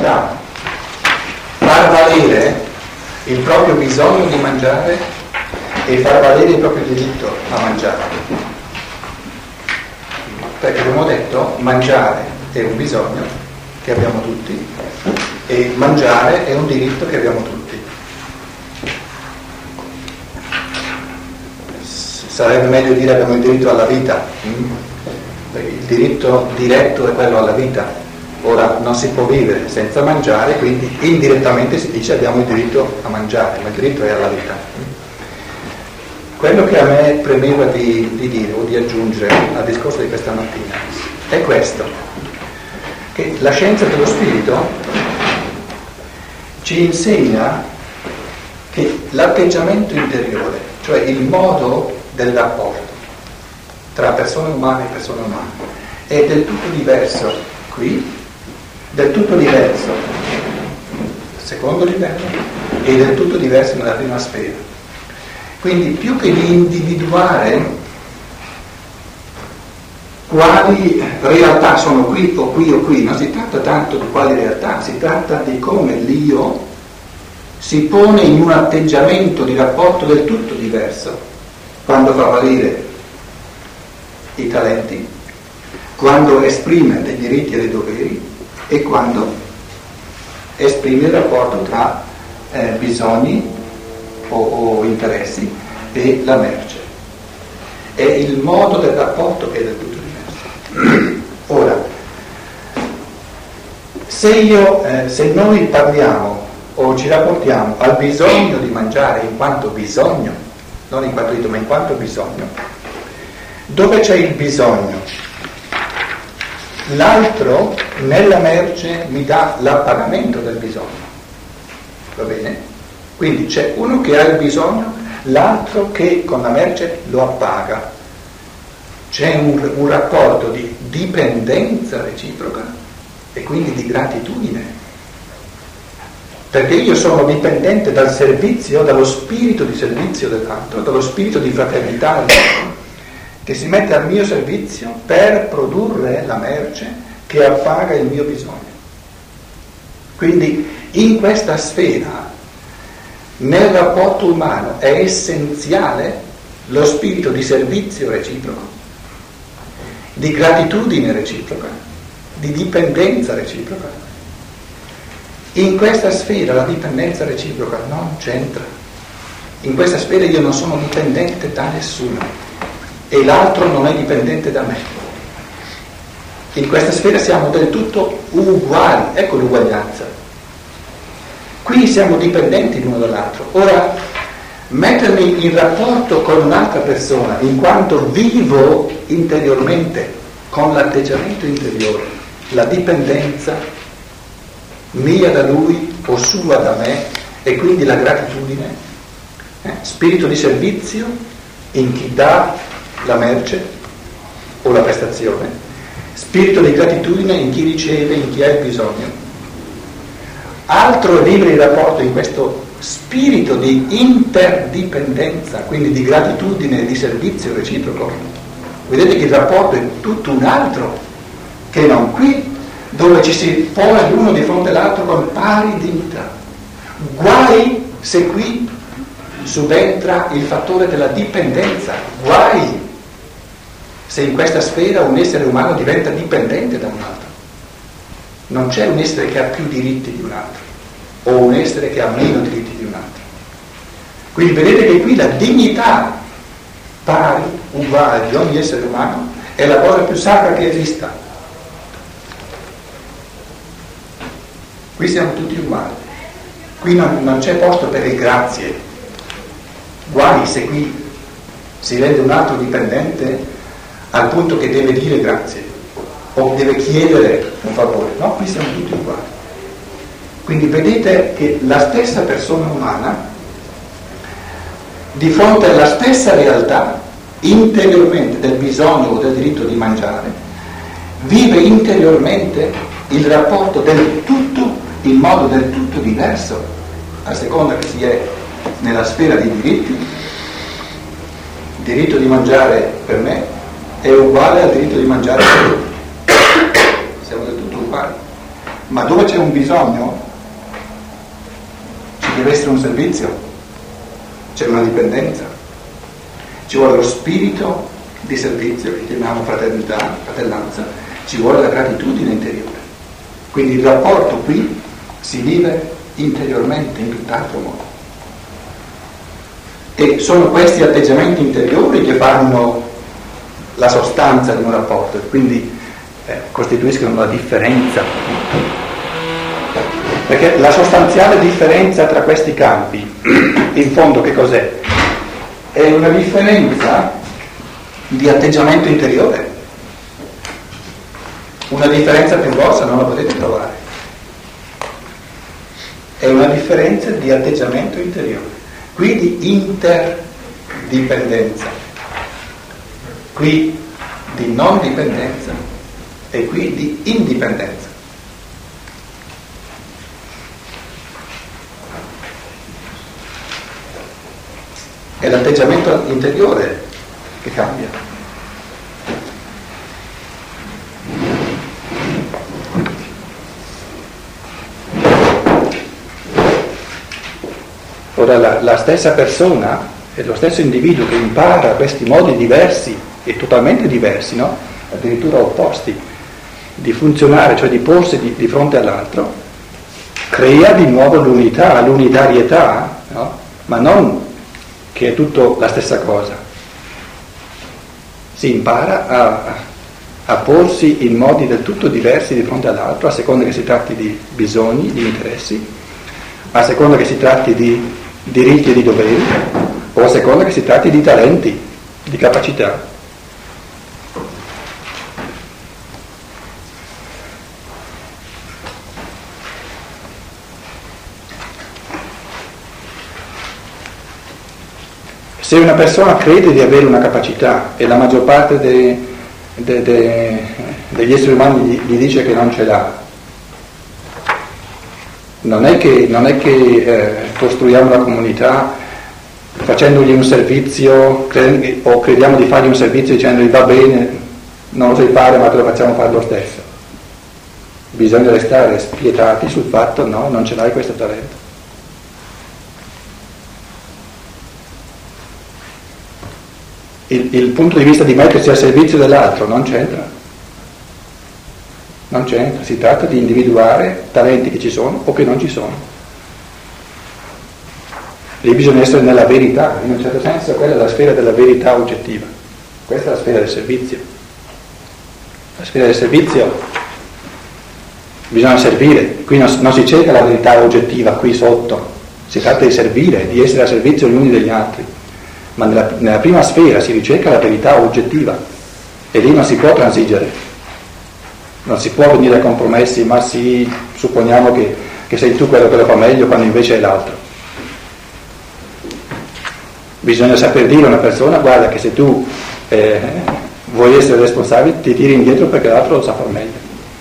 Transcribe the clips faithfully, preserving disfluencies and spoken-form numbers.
tra far valere il proprio bisogno di mangiare e far valere il proprio diritto a mangiare. Perché abbiamo detto, mangiare è un bisogno che abbiamo tutti e mangiare è un diritto che abbiamo tutti. Sarebbe meglio dire abbiamo il diritto alla vita, perché il diritto diretto è quello alla vita. Ora non si può vivere senza mangiare, quindi indirettamente si dice abbiamo il diritto a mangiare, ma il diritto è alla vita. Quello che a me premeva di, di dire o di aggiungere al discorso di questa mattina è questo, che la scienza dello spirito ci insegna che l'atteggiamento interiore, cioè il modo del rapporto tra persone umane e persone umane, è del tutto diverso qui, del tutto diverso al secondo livello e del tutto diverso nella prima sfera. Quindi più che di individuare quali realtà sono qui o qui o qui, non si tratta tanto di quali realtà, si tratta di come l'io si pone in un atteggiamento di rapporto del tutto diverso quando fa valere i talenti, quando esprime dei diritti e dei doveri e quando esprime il rapporto tra eh, bisogni o, o interessi e la merce. È il modo del rapporto che è del tutto diverso. Ora, se io, eh, se noi parliamo o ci rapportiamo al bisogno di mangiare in quanto bisogno, non in quanto diritto, ma in quanto bisogno, dove c'è il bisogno? L'altro nella merce mi dà l'appagamento del bisogno, va bene? Quindi c'è uno che ha il bisogno, l'altro che con la merce lo appaga. C'è un, un rapporto di dipendenza reciproca e quindi di gratitudine, perché io sono dipendente dal servizio, dallo spirito di servizio dell'altro, dallo spirito di fraternità dell'altro, che si mette al mio servizio per produrre la merce che appaga il mio bisogno. Quindi in questa sfera, nel rapporto umano, è essenziale lo spirito di servizio reciproco, di gratitudine reciproca, di dipendenza reciproca. In questa sfera la dipendenza reciproca non c'entra. In questa sfera io non sono dipendente da nessuno e l'altro non è dipendente da me. In questa sfera siamo del tutto uguali, ecco l'uguaglianza. Qui siamo dipendenti l'uno dall'altro. Ora, mettermi in rapporto con un'altra persona, in quanto vivo interiormente, con l'atteggiamento interiore, la dipendenza mia da lui o sua da me, e quindi la gratitudine, eh, spirito di servizio in chi dà la merce o la prestazione, spirito di gratitudine in chi riceve, in chi ha il bisogno. Altro è vivere il rapporto in questo spirito di interdipendenza, quindi di gratitudine e di servizio reciproco. Vedete che il rapporto è tutto un altro che non qui, dove ci si pone l'uno di fronte all'altro con pari dignità. Guai se qui subentra il fattore della dipendenza, guai se in questa sfera un essere umano diventa dipendente da un altro. Non c'è un essere che ha più diritti di un altro o un essere che ha meno diritti di un altro. Quindi vedete che qui la dignità pari, uguale di ogni essere umano è la cosa più sacra che esista. Qui siamo tutti uguali, qui non, non c'è posto per le grazie. Guai se qui si rende un altro dipendente al punto che deve dire grazie o deve chiedere un favore. No, qui siamo tutti uguali. Quindi vedete che la stessa persona umana, di fronte alla stessa realtà interiormente del bisogno o del diritto di mangiare, vive interiormente il rapporto del tutto in modo del tutto diverso a seconda che si è nella sfera dei diritti. Il diritto di mangiare per me è uguale al diritto di mangiare per lui, siamo del tutto uguali. Ma dove c'è un bisogno ci deve essere un servizio, c'è una dipendenza, ci vuole lo spirito di servizio che chiamiamo fraternità, fratellanza, ci vuole la gratitudine interiore. Quindi il rapporto qui si vive interiormente in tutt'altro modo. E sono questi atteggiamenti interiori che fanno la sostanza di un rapporto e quindi eh, costituiscono la differenza. Perché la sostanziale differenza tra questi campi, in fondo che cos'è? È una differenza di atteggiamento interiore. Una differenza più grossa non la potete trovare. È una differenza di atteggiamento interiore. Qui di interdipendenza, qui di non dipendenza e qui di indipendenza. È l'atteggiamento interiore che cambia. Ora la, la stessa persona è lo stesso individuo che impara questi modi diversi e totalmente diversi, no? Addirittura opposti, di funzionare, cioè di porsi di, di fronte all'altro, crea di nuovo l'unità, l'unitarietà, no? Ma non che è tutto la stessa cosa. Si impara a, a porsi in modi del tutto diversi di fronte all'altro, a seconda che si tratti di bisogni, di interessi, a seconda che si tratti di diritti e di doveri, o a seconda che si tratti di talenti, di capacità. Se una persona crede di avere una capacità e la maggior parte de, de, de, degli esseri umani gli, gli dice che non ce l'ha, non è che, non è che eh, costruiamo la comunità facendogli un servizio cred- o crediamo di fargli un servizio dicendogli va bene, non lo sai fare ma te lo facciamo fare lo stesso. Bisogna restare spietati sul fatto no, non ce l'hai questo talento. Il, il punto di vista di mettersi al servizio dell'altro non c'entra, non c'entra, si tratta di individuare talenti che ci sono o che non ci sono. Lì bisogna essere nella verità, in un certo senso quella è la sfera della verità oggettiva, questa è la sfera del servizio. La sfera del servizio bisogna servire, qui non, non si cerca la verità oggettiva qui sotto, si tratta di servire, di essere a servizio gli uni degli altri. Ma nella, nella prima sfera si ricerca la verità oggettiva e lì non si può transigere, non si può venire a compromessi, ma sì, supponiamo che, che sei tu quello che lo fa meglio quando invece è l'altro. Bisogna saper dire a una persona guarda che se tu eh, vuoi essere responsabile ti tiri indietro perché l'altro lo sa far meglio.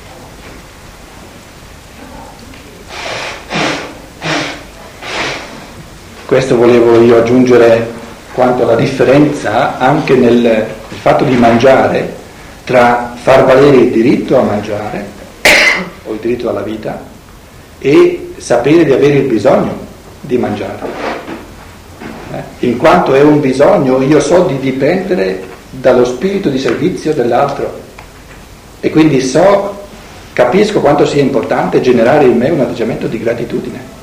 Questo volevo io aggiungere quanto alla differenza anche nel, nel fatto di mangiare tra far valere il diritto a mangiare o il diritto alla vita e sapere di avere il bisogno di mangiare. Eh? In quanto è un bisogno, io so di dipendere dallo spirito di servizio dell'altro e quindi so, capisco quanto sia importante generare in me un atteggiamento di gratitudine.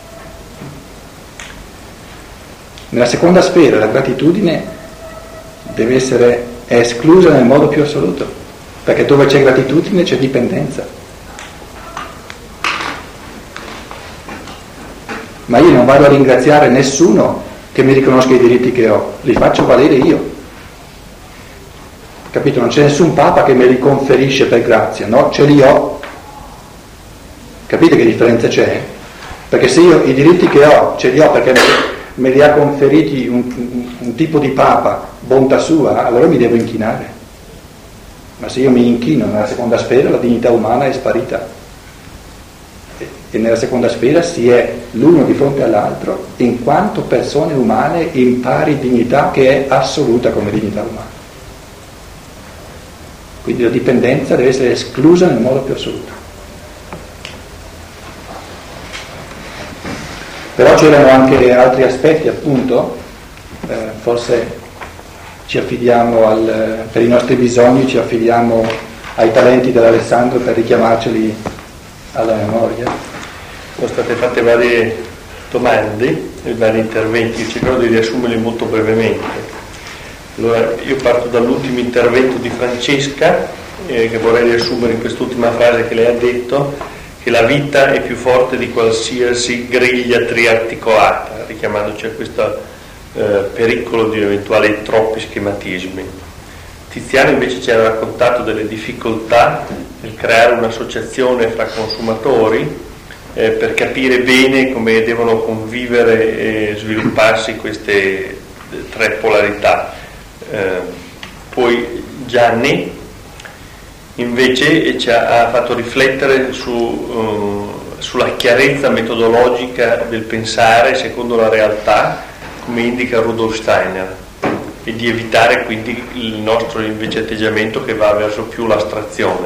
Nella seconda sfera la gratitudine deve essere è esclusa nel modo più assoluto, perché dove c'è gratitudine c'è dipendenza. Ma io non vado a ringraziare nessuno che mi riconosca i diritti che ho, li faccio valere io. Capito? Non c'è nessun Papa che me li conferisce per grazia, no? Ce li ho. Capite che differenza c'è? Perché se io i diritti che ho ce li ho perché me li ha conferiti un, un, un tipo di Papa, bontà sua, allora mi devo inchinare. Ma se io mi inchino nella seconda sfera la dignità umana è sparita. E, e nella seconda sfera si è l'uno di fronte all'altro in quanto persone umane in pari dignità che è assoluta come dignità umana. Quindi la dipendenza deve essere esclusa nel modo più assoluto. Però c'erano anche altri aspetti, appunto, eh, forse ci affidiamo al, per i nostri bisogni ci affidiamo ai talenti dell'Alessandro per richiamarceli alla memoria. Sono state fatte varie domande e vari interventi, io cercherò di riassumerli molto brevemente. Allora, io parto dall'ultimo intervento di Francesca, eh, che vorrei riassumere in quest'ultima frase che lei ha detto, che la vita è più forte di qualsiasi griglia triarticolata, richiamandoci a questo eh, pericolo di eventuali troppi schematismi. Tiziano invece ci ha raccontato delle difficoltà nel creare un'associazione fra consumatori eh, per capire bene come devono convivere e svilupparsi queste tre polarità. Eh, poi Gianni invece ci ha, ha fatto riflettere su, uh, sulla chiarezza metodologica del pensare secondo la realtà, come indica Rudolf Steiner, e di evitare quindi il nostro invece atteggiamento che va verso più l'astrazione.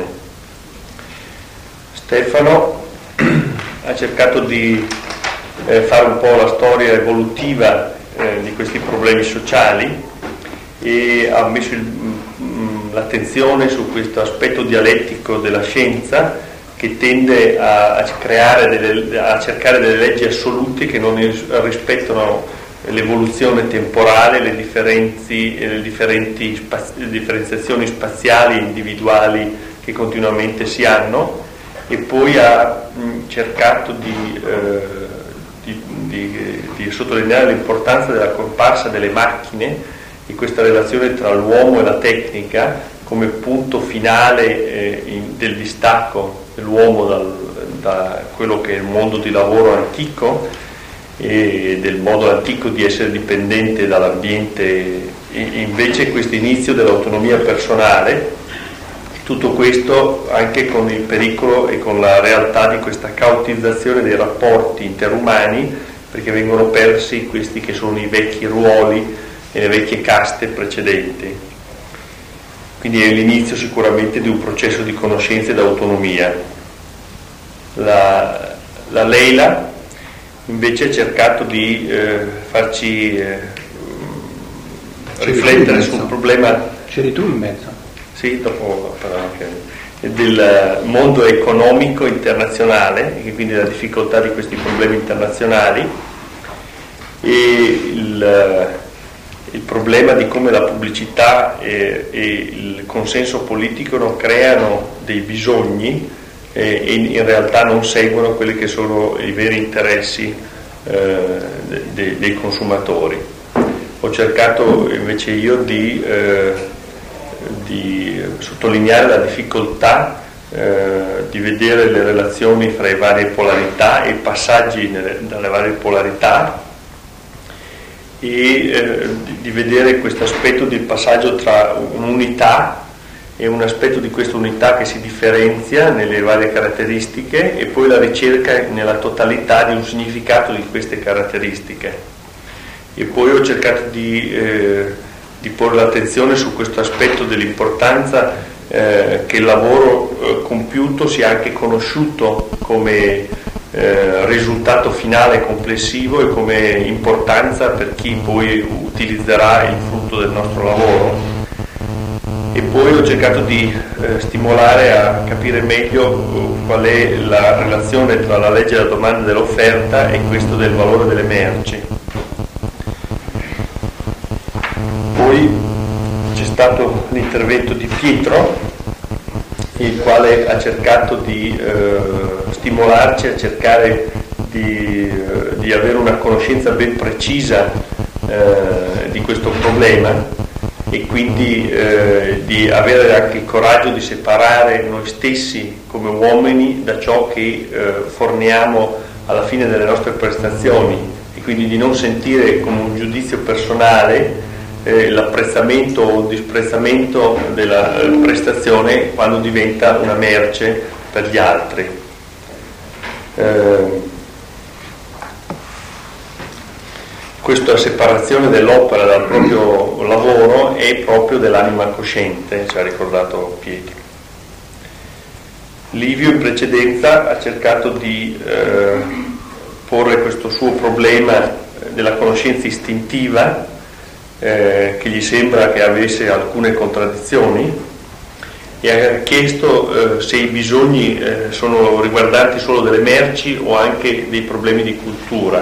Stefano ha cercato di eh, fare un po' la storia evolutiva eh, di questi problemi sociali e ha messo il, mh, l'attenzione su questo aspetto dialettico della scienza che tende a, a creare delle, a cercare delle leggi assolute che non rispettano l'evoluzione temporale, le, differenzi, le differenti spaz- le differenziazioni spaziali e individuali che continuamente si hanno, e poi ha mh, cercato di, eh, di, di, di sottolineare l'importanza della comparsa delle macchine, di questa relazione tra l'uomo e la tecnica come punto finale eh, in, del distacco dell'uomo dal, da quello che è il mondo di lavoro antico e del modo antico di essere dipendente dall'ambiente, e invece questo inizio dell'autonomia personale, tutto questo anche con il pericolo e con la realtà di questa caotizzazione dei rapporti interumani, perché vengono persi questi che sono i vecchi ruoli e le vecchie caste precedenti. Quindi è l'inizio sicuramente di un processo di conoscenza ed autonomia. La, la Leila invece ha cercato di eh, farci eh, riflettere su un problema. C'eri tu in mezzo? Sì, dopo però anche del mondo economico internazionale, e quindi la difficoltà di questi problemi internazionali, e il, il problema di come la pubblicità e, e il consenso politico non creano dei bisogni e, e in realtà non seguono quelli che sono i veri interessi eh, de, de, dei consumatori. Ho cercato invece io di, eh, di sottolineare la difficoltà eh, di vedere le relazioni fra le varie polarità e i passaggi nelle, dalle varie polarità, e eh, di, di vedere questo aspetto del passaggio tra un'unità e un aspetto di questa unità che si differenzia nelle varie caratteristiche, e poi la ricerca nella totalità di un significato di queste caratteristiche. E poi ho cercato di, eh, di porre l'attenzione su questo aspetto dell'importanza eh, che il lavoro eh, compiuto sia anche conosciuto come Eh, risultato finale complessivo e come importanza per chi poi utilizzerà il frutto del nostro lavoro. E poi ho cercato di eh, stimolare a capire meglio uh, qual è la relazione tra la legge della domanda e dell'offerta e questo del valore delle merci. Poi c'è stato l'intervento di Pietro, il quale ha cercato di eh, stimolarci a cercare di, eh, di avere una conoscenza ben precisa eh, di questo problema, e quindi eh, di avere anche il coraggio di separare noi stessi come uomini da ciò che eh, forniamo alla fine delle nostre prestazioni, e quindi di non sentire come un giudizio personale Eh, l'apprezzamento o il disprezzamento della eh, prestazione quando diventa una merce per gli altri. Eh, questa separazione dell'opera dal proprio lavoro è proprio dell'anima cosciente, ci ha ricordato Pietro. Livio in precedenza ha cercato di eh, porre questo suo problema della conoscenza istintiva, eh, che gli sembra che avesse alcune contraddizioni, e ha chiesto eh, se i bisogni eh, sono riguardanti solo delle merci o anche dei problemi di cultura.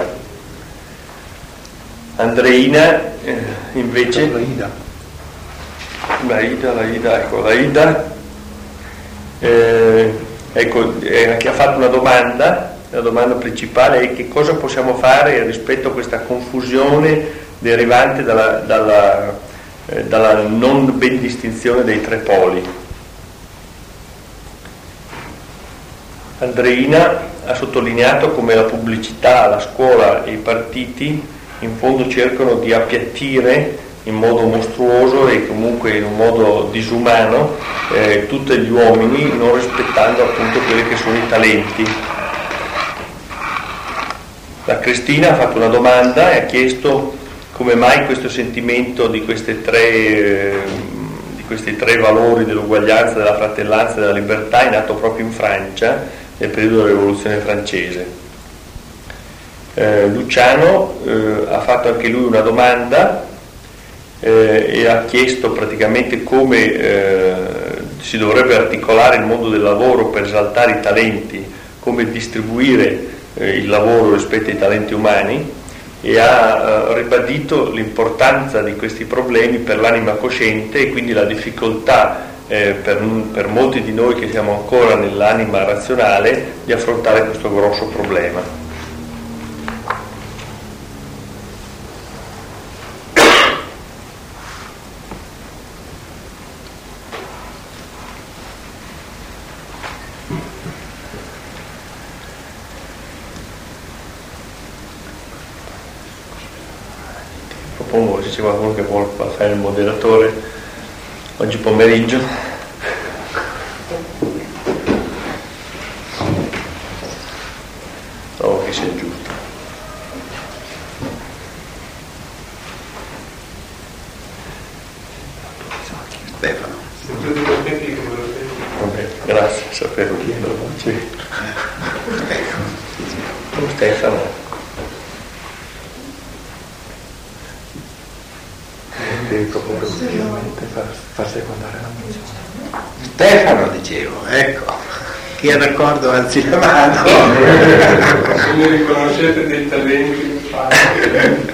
Andreina eh, invece la Ida la Ida, la Ida, ecco la Ida eh, ecco, eh, che ha fatto una domanda. La domanda principale è: che cosa possiamo fare rispetto a questa confusione derivante dalla, dalla, eh, dalla non ben distinzione dei tre poli. Andreina ha sottolineato come la pubblicità, la scuola e i partiti in fondo cercano di appiattire in modo mostruoso e comunque in un modo disumano eh, tutti gli uomini, non rispettando appunto quelli che sono i talenti. La Cristina ha fatto una domanda e ha chiesto come mai questo sentimento di queste tre eh, di questi tre valori dell'uguaglianza, della fratellanza e della libertà è nato proprio in Francia nel periodo della rivoluzione francese. Eh, Luciano eh, ha fatto anche lui una domanda eh, e ha chiesto praticamente come eh, si dovrebbe articolare il mondo del lavoro per esaltare i talenti, come distribuire eh, il lavoro rispetto ai talenti umani, e ha eh, ribadito l'importanza di questi problemi per l'anima cosciente e quindi la difficoltà eh, per, per molti di noi che siamo ancora nell'anima razionale di affrontare questo grosso problema. Propongo, se c'è qualcuno che vuole fare il moderatore oggi pomeriggio. Trovo che sia giusto. Stefano. Vabbè, grazie, sapevo chi era. Sì. Stefano. Devi proprio ultimamente far, far secondare la mozione. Stefano, dicevo, ecco, chi è d'accordo alzi la mano. Se mi riconoscete dei talenti che fate.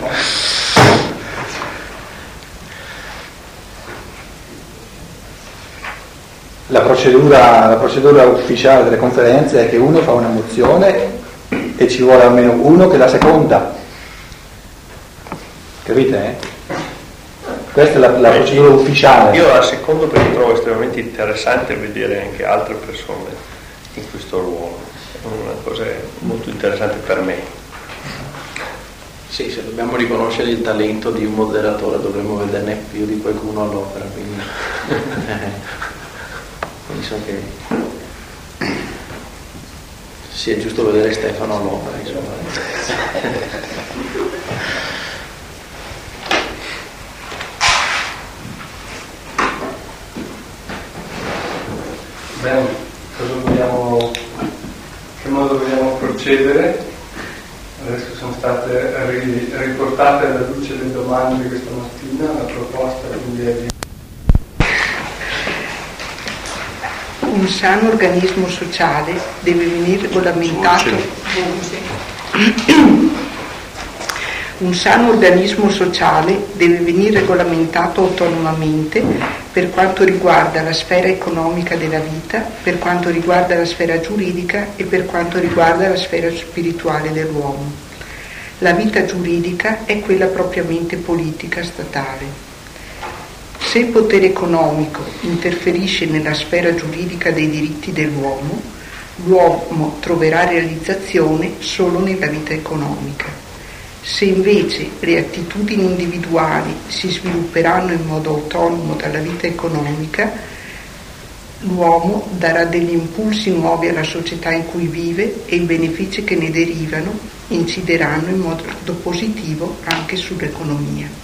La procedura, la procedura ufficiale delle conferenze è che uno fa una mozione e ci vuole almeno uno che la seconda. Capite? Eh? Questa è la, la procedura ufficiale. Io la secondo perché trovo estremamente interessante vedere anche altre persone in questo ruolo. È una cosa molto interessante per me. Sì, se dobbiamo riconoscere il talento di un moderatore dovremmo vederne più di qualcuno all'opera, quindi penso che sia giusto vedere Stefano all'opera, insomma. Bene, cosa vogliamo, che modo vogliamo procedere? Adesso sono state ri, riportate alla luce le domande questa mattina, la proposta quindi è di... Un sano organismo sociale deve venire regolamentato. Un sano organismo sociale deve venire regolamentato autonomamente per quanto riguarda la sfera economica della vita, per quanto riguarda la sfera giuridica e per quanto riguarda la sfera spirituale dell'uomo. La vita giuridica è quella propriamente politica statale. Se il potere economico interferisce nella sfera giuridica dei diritti dell'uomo, l'uomo troverà realizzazione solo nella vita economica. Se invece le attitudini individuali si svilupperanno in modo autonomo dalla vita economica, l'uomo darà degli impulsi nuovi alla società in cui vive e i benefici che ne derivano incideranno in modo positivo anche sull'economia.